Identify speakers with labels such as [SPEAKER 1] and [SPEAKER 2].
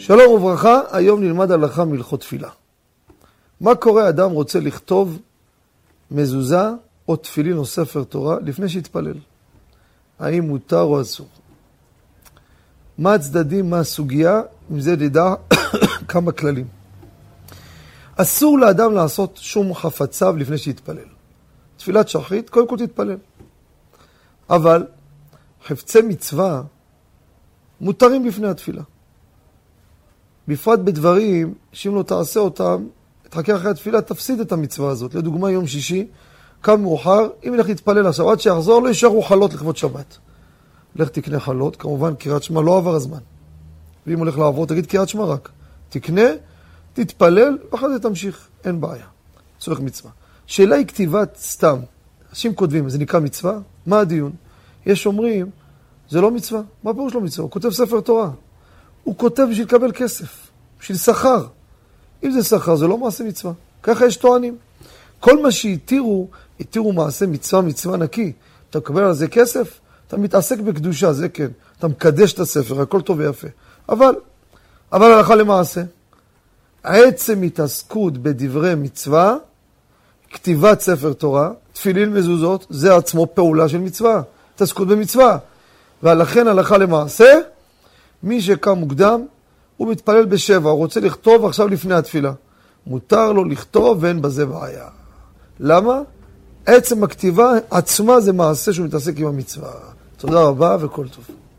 [SPEAKER 1] שלום וברכה, היום נלמד הלכה מהלכות תפילה. מה קורה אדם רוצה לכתוב מזוזה או תפילין או ספר תורה לפני שיתפלל? האם מותר או אסור? מה הצדדים, מה הסוגיה? עם זה נדע כמה כללים. אסור לאדם לעשות שום חפציו לפני שיתפלל. תפילת שחרית, קודם כל תתפלל. אבל חפצי מצווה מותרים לפני התפילה. בפרט בדברים שאם לא תעשה אותם, תחכה אחרי התפילה, תפסיד את המצווה הזאת. לדוגמה, יום שישי, קם מאוחר, אם ילך להתפלל עכשיו, עד שיחזור, לא יישארו חלות לכבוד שבת. לך תקנה חלות, כמובן קריאת שמע לא עבר הזמן. ואם הולך לעבור, תגיד קריאת שמע רק. תקנה, תתפלל, ואחרי זה תמשיך, אין בעיה. צורך מצווה. שאלה היא כתיבת סתם. אנשים כותבים, זה נקרא מצווה? מה הדיון? יש אומרים, זה לא מצווה. מה פירוש לא מצווה? הוא כותב ספר תורה. הוא כותב בשביל לקבל כסף, בשביל שכר. אם זה שכר, זה לא מעשה מצווה. ככה יש טוענים. כל מה שהתירו, התירו מעשה מצווה, מצווה נקי. אתה מקבל על זה כסף, אתה מתעסק בקדושה, זה כן. אתה מקדש את הספר, הכל טוב ויפה. אבל הלכה למעשה, עצם התעסקות בדברי מצווה, כתיבת ספר תורה, תפילין מזוזות, זה עצמו פעולה של מצווה. התעסקות במצווה. ולכן הלכה למעשה, מי שקם מוקדם, הוא מתפלל בשבע, הוא רוצה לכתוב עכשיו לפני התפילה. מותר לו לכתוב ואין בזה בעיה. למה? עצם הכתיבה עצמה זה מעשה שהוא מתעסק עם המצווה. תודה רבה וכל טוב.